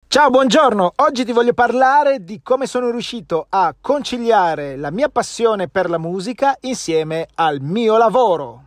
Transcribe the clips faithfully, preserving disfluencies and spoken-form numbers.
Ciao, buongiorno. Oggi ti voglio parlare di come sono riuscito a conciliare la mia passione per la musica insieme al mio lavoro.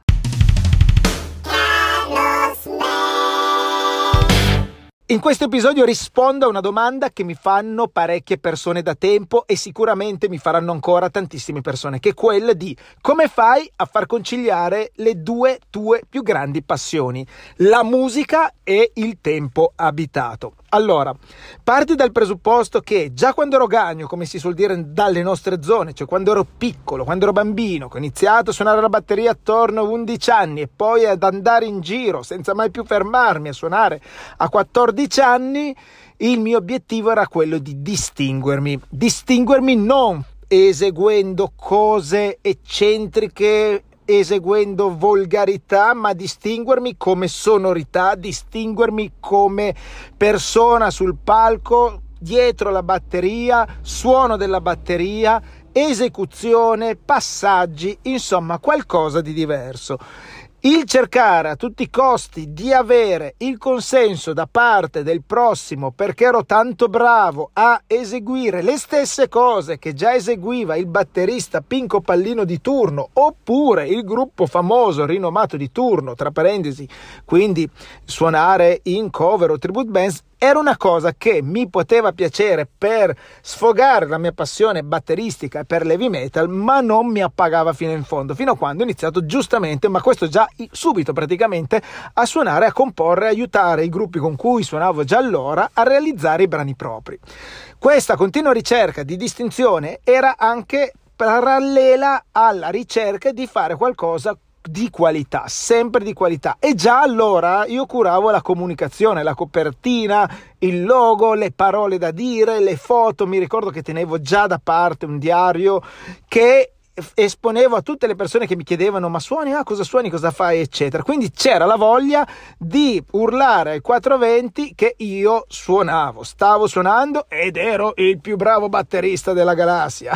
In questo episodio rispondo a una domanda che mi fanno parecchie persone da tempo e sicuramente mi faranno ancora tantissime persone, che è quella di come fai a far conciliare le due tue più grandi passioni, la musica e il tempo abitato. Allora, parti dal presupposto che già quando ero gagno, come si suol dire dalle nostre zone, cioè quando ero piccolo, quando ero bambino, che ho iniziato a suonare la batteria attorno a undici anni e poi ad andare in giro senza mai più fermarmi a suonare a quattordici anni, il mio obiettivo era quello di distinguermi. Distinguermi non eseguendo cose eccentriche, eseguendo volgarità, ma distinguermi come sonorità, distinguermi come persona sul palco, dietro la batteria, suono della batteria, esecuzione, passaggi, insomma qualcosa di diverso. Il cercare a tutti i costi di avere il consenso da parte del prossimo perché ero tanto bravo a eseguire le stesse cose che già eseguiva il batterista Pinco Pallino di turno oppure il gruppo famoso rinomato di turno, tra parentesi, quindi suonare in cover o tribute bands, era una cosa che mi poteva piacere per sfogare la mia passione batteristica per l'heavy metal, ma non mi appagava fino in fondo, fino a quando ho iniziato giustamente, ma questo già subito praticamente, a suonare, a comporre, aiutare i gruppi con cui suonavo già allora a realizzare i brani propri. Questa continua ricerca di distinzione era anche parallela alla ricerca di fare qualcosa di qualità, sempre di qualità, e già allora io curavo la comunicazione, la copertina, il logo, le parole da dire, le foto. Mi ricordo che tenevo già da parte un diario che esponevo a tutte le persone che mi chiedevano ma suoni, ah cosa suoni, cosa fai, eccetera. Quindi c'era la voglia di urlare ai quattrocentoventi che io suonavo, stavo suonando ed ero il più bravo batterista della galassia.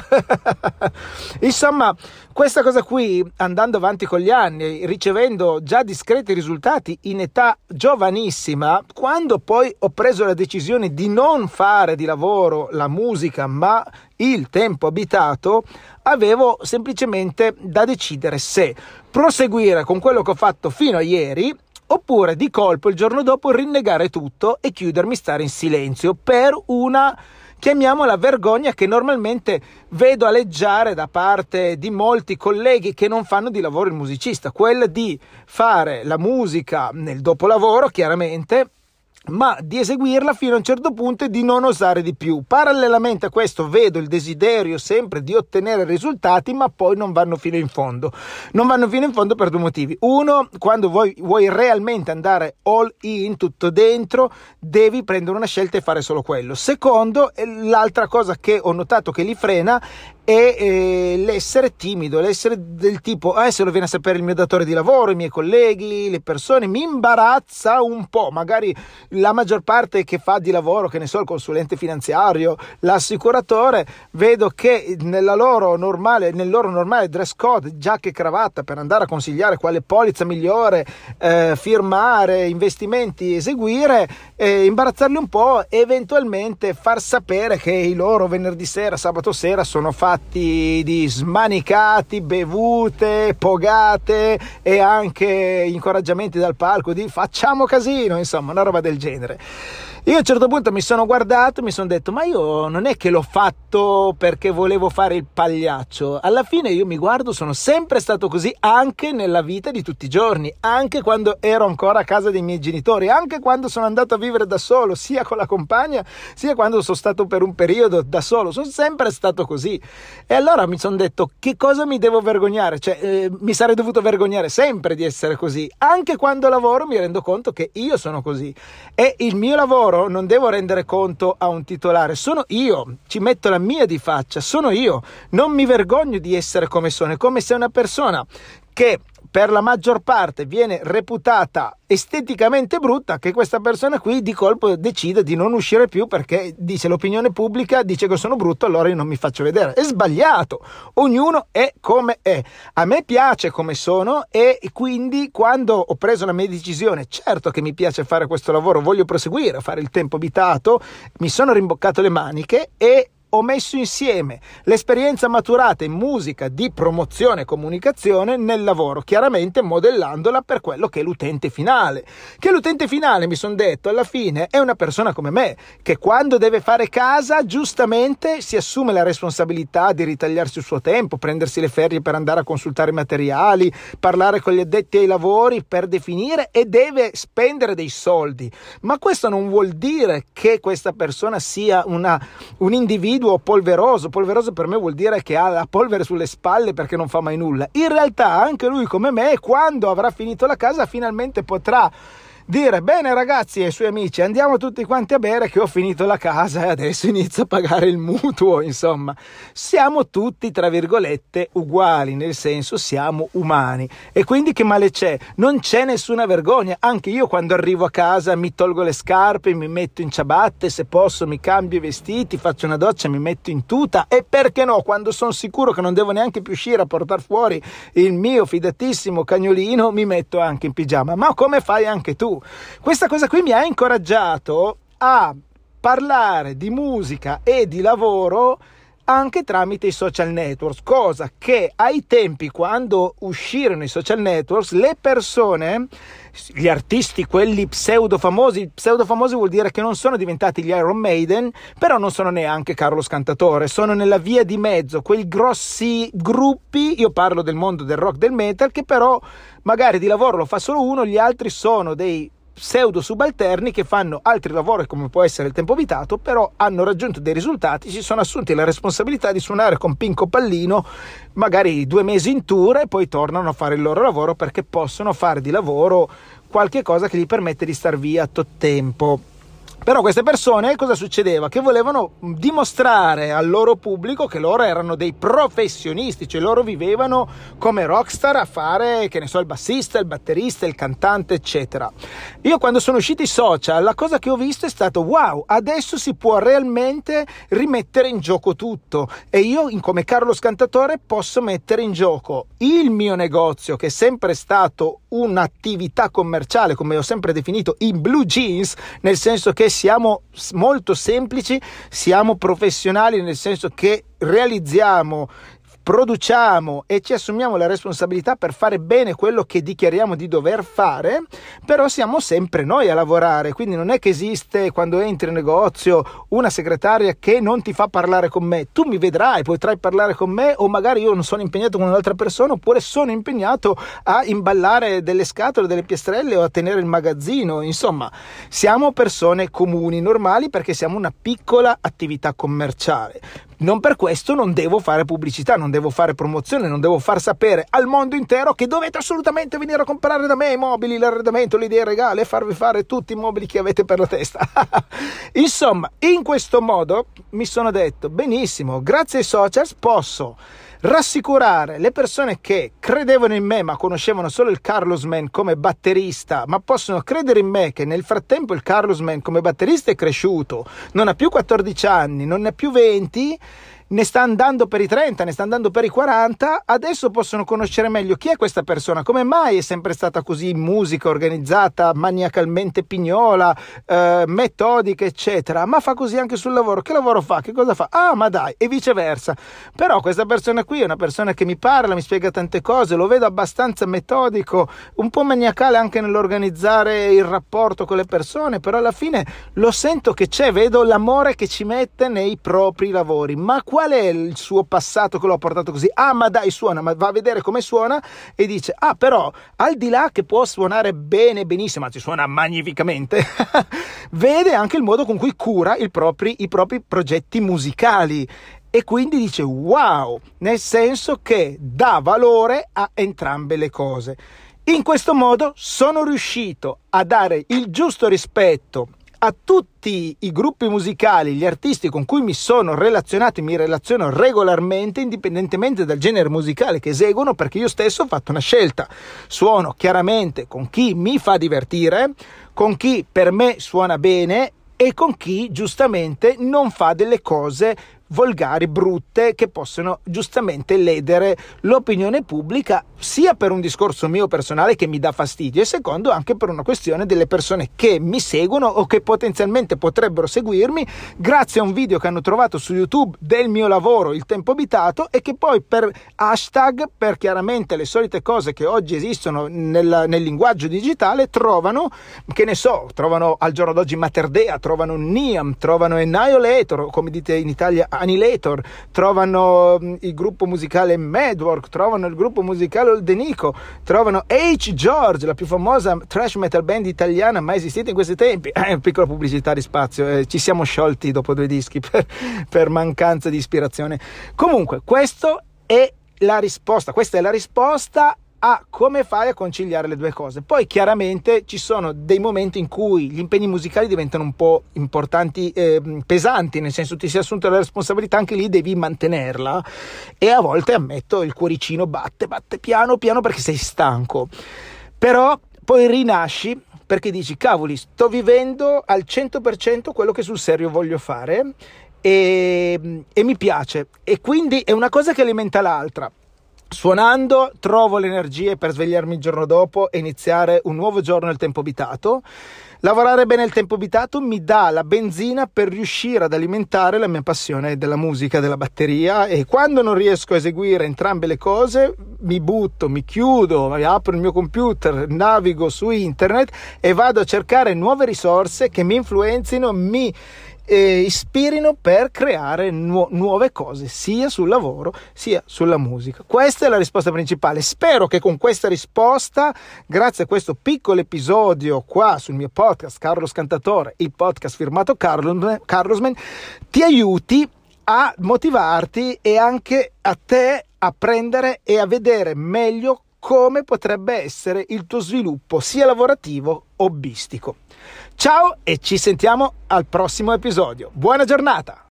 Insomma, questa cosa qui, andando avanti con gli anni, ricevendo già discreti risultati in età giovanissima, quando poi ho preso la decisione di non fare di lavoro la musica ma il tempo abitato, avevo semplicemente da decidere se proseguire con quello che ho fatto fino a ieri oppure di colpo il giorno dopo rinnegare tutto e chiudermi, stare in silenzio per una, chiamiamola, vergogna che normalmente vedo aleggiare da parte di molti colleghi che non fanno di lavoro il musicista, quella di fare la musica nel dopolavoro chiaramente, ma di eseguirla fino a un certo punto e di non osare di più. Parallelamente a questo vedo il desiderio sempre di ottenere risultati, ma poi non vanno fino in fondo. Non vanno fino in fondo per due motivi. Uno, quando vuoi, vuoi realmente andare all in, tutto dentro, devi prendere una scelta e fare solo quello. Secondo, l'altra cosa che ho notato che li frena è eh, l'essere timido, l'essere del tipo ah, se lo viene a sapere il mio datore di lavoro, i miei colleghi, le persone, mi imbarazza un po'. Magari la maggior parte che fa di lavoro, che ne so, il consulente finanziario, l'assicuratore, vedo che nella loro normale, nel loro normale dress code, giacca e cravatta, per andare a consigliare quale polizza migliore eh, firmare, investimenti eseguire, eh, imbarazzarli un po', eventualmente far sapere che i loro venerdì sera, sabato sera sono fatti di smanicati, bevute, pogate e anche incoraggiamenti dal palco di facciamo casino, insomma una roba del genere. Io a un certo punto mi sono guardato e mi sono detto ma io non è che l'ho fatto perché volevo fare il pagliaccio. Alla fine io mi guardo, sono sempre stato così anche nella vita di tutti i giorni, anche quando ero ancora a casa dei miei genitori, anche quando sono andato a vivere da solo, sia con la compagna sia quando sono stato per un periodo da solo, sono sempre stato così. E allora mi sono detto che cosa mi devo vergognare, cioè eh, mi sarei dovuto vergognare sempre di essere così. Anche quando lavoro mi rendo conto che io sono così e il mio lavoro non devo rendere conto a un titolare, sono io, ci metto la mia di faccia, sono io, non mi vergogno di essere come sono. È come se una persona che per la maggior parte viene reputata esteticamente brutta, che questa persona qui di colpo decide di non uscire più perché dice l'opinione pubblica dice che sono brutto, allora io non mi faccio vedere. È sbagliato, ognuno è come è. A me piace come sono e quindi quando ho preso la mia decisione, certo che mi piace fare questo lavoro, voglio proseguire a fare il tempo abitato, mi sono rimboccato le maniche e ho messo insieme l'esperienza maturata in musica di promozione e comunicazione nel lavoro, chiaramente modellandola per quello che è l'utente finale. Che l'utente finale, mi sono detto, alla fine è una persona come me, che quando deve fare casa, giustamente si assume la responsabilità di ritagliarsi il suo tempo, prendersi le ferie per andare a consultare i materiali, parlare con gli addetti ai lavori per definire e deve spendere dei soldi. Ma questo non vuol dire che questa persona sia una, un individuo polveroso. Polveroso per me vuol dire che ha la polvere sulle spalle perché non fa mai nulla. In realtà anche lui come me, quando avrà finito la casa, finalmente potrà dire: bene ragazzi e ai suoi amici, andiamo tutti quanti a bere che ho finito la casa e adesso inizio a pagare il mutuo. Insomma, siamo tutti tra virgolette uguali, nel senso siamo umani, e quindi che male c'è? Non c'è nessuna vergogna. Anche io quando arrivo a casa mi tolgo le scarpe, mi metto in ciabatte, se posso mi cambio i vestiti, faccio una doccia, mi metto in tuta, e perché no, quando sono sicuro che non devo neanche più uscire a portare fuori il mio fidatissimo cagnolino, mi metto anche in pigiama. Ma come fai anche tu? Questa cosa qui mi ha incoraggiato a parlare di musica e di lavoro anche tramite i social networks, cosa che ai tempi, quando uscirono i social networks, le persone, gli artisti, quelli pseudo famosi, pseudo famosi vuol dire che non sono diventati gli Iron Maiden, però non sono neanche Carlos Cantatore, sono nella via di mezzo, quei grossi gruppi, io parlo del mondo del rock, del metal, che però magari di lavoro lo fa solo uno, gli altri sono dei pseudo subalterni che fanno altri lavori come può essere il tempo abitato, però hanno raggiunto dei risultati, si sono assunti la responsabilità di suonare con Pinco Pallino magari due mesi in tour e poi tornano a fare il loro lavoro perché possono fare di lavoro qualche cosa che gli permette di star via tot tempo. Però queste persone, cosa succedeva? Che volevano dimostrare al loro pubblico che loro erano dei professionisti, cioè loro vivevano come rockstar a fare, che ne so, il bassista, il batterista, il cantante, eccetera. Io quando sono usciti i social, la cosa che ho visto è stato: wow, adesso si può realmente rimettere in gioco tutto, e io come Carlos Cantatore posso mettere in gioco il mio negozio, che è sempre stato un'attività commerciale, come ho sempre definito, in blue jeans, nel senso che siamo molto semplici, siamo professionali, nel senso che realizziamo, produciamo e ci assumiamo la responsabilità per fare bene quello che dichiariamo di dover fare, però siamo sempre noi a lavorare, quindi non è che esiste, quando entri in negozio, una segretaria che non ti fa parlare con me. Tu mi vedrai, potrai parlare con me, o magari io non sono impegnato con un'altra persona, oppure sono impegnato a imballare delle scatole, delle piastrelle o a tenere il magazzino. Insomma, siamo persone comuni, normali, perché siamo una piccola attività commerciale. Non per questo non devo fare pubblicità, non devo fare promozione, non devo far sapere al mondo intero che dovete assolutamente venire a comprare da me i mobili, l'arredamento, le idee regali e farvi fare tutti i mobili che avete per la testa. Insomma, in questo modo mi sono detto: benissimo, grazie ai social posso rassicurare le persone che credevano in me ma conoscevano solo il Carlos Man come batterista, ma possono credere in me che nel frattempo il Carlos Man come batterista è cresciuto, non ha più quattordici anni, non ne ha più venti, ne sta andando per i trenta, ne sta andando per i quaranta, adesso possono conoscere meglio chi è questa persona, come mai è sempre stata così in musica, organizzata, maniacalmente pignola, eh, metodica, eccetera, ma fa così anche sul lavoro. Che lavoro fa? Che cosa fa? Ah, ma dai, e viceversa. Però questa persona qui è una persona che mi parla, mi spiega tante cose, lo vedo abbastanza metodico, un po' maniacale anche nell'organizzare il rapporto con le persone, però alla fine lo sento che c'è, vedo l'amore che ci mette nei propri lavori. Ma qual è il suo passato che lo ha portato così? Ah, ma dai, suona, ma va a vedere come suona e dice: ah, però al di là che può suonare bene, benissimo, anzi suona magnificamente, vede anche il modo con cui cura il propri, i propri progetti musicali, e quindi dice wow, nel senso che dà valore a entrambe le cose. In questo modo sono riuscito a dare il giusto rispetto a tutti i gruppi musicali, gli artisti con cui mi sono relazionato, mi relaziono regolarmente, indipendentemente dal genere musicale che eseguono, perché io stesso ho fatto una scelta. Suono chiaramente con chi mi fa divertire, con chi per me suona bene e con chi giustamente non fa delle cose volgari, brutte, che possono giustamente ledere l'opinione pubblica, sia per un discorso mio personale che mi dà fastidio, e secondo anche per una questione delle persone che mi seguono o che potenzialmente potrebbero seguirmi grazie a un video che hanno trovato su YouTube del mio lavoro, Il Tempo Abitato, e che poi per hashtag, per chiaramente le solite cose che oggi esistono nel, nel linguaggio digitale, trovano, che ne so, trovano al giorno d'oggi Mater Dea, trovano Niam, trovano Annihilator, come dite in Italia Annihilator, trovano il gruppo musicale Madwork, trovano il gruppo musicale Oldenico, trovano H. George, la più famosa thrash metal band italiana mai esistita in questi tempi. Eh, piccola pubblicità di spazio, eh, ci siamo sciolti dopo due dischi per, per mancanza di ispirazione. Comunque, questo è la risposta, questa è la risposta a come fai a conciliare le due cose. Poi chiaramente ci sono dei momenti in cui gli impegni musicali diventano un po' importanti, eh, pesanti, nel senso ti sei assunto la responsabilità, anche lì devi mantenerla, e a volte, ammetto, il cuoricino batte, batte piano piano perché sei stanco, però poi rinasci perché dici cavoli, sto vivendo al cento per cento quello che sul serio voglio fare e, e mi piace, e quindi è una cosa che alimenta l'altra. Suonando trovo le energie per svegliarmi il giorno dopo e iniziare un nuovo giorno nel tempo abitato. Lavorare bene il tempo abitato mi dà la benzina per riuscire ad alimentare la mia passione della musica, della batteria, e quando non riesco a eseguire entrambe le cose mi butto, mi chiudo, apro il mio computer, navigo su internet e vado a cercare nuove risorse che mi influenzino, mi e ispirino per creare nu- nuove cose sia sul lavoro sia sulla musica. Questa è la risposta principale. Spero che con questa risposta, grazie a questo piccolo episodio qua sul mio podcast Carlos Cantatore, il podcast firmato Carlos, Carlosman, ti aiuti a motivarti e anche a te a prendere e a vedere meglio come potrebbe essere il tuo sviluppo sia lavorativo hobbistico. Ciao e ci sentiamo al prossimo episodio. Buona giornata!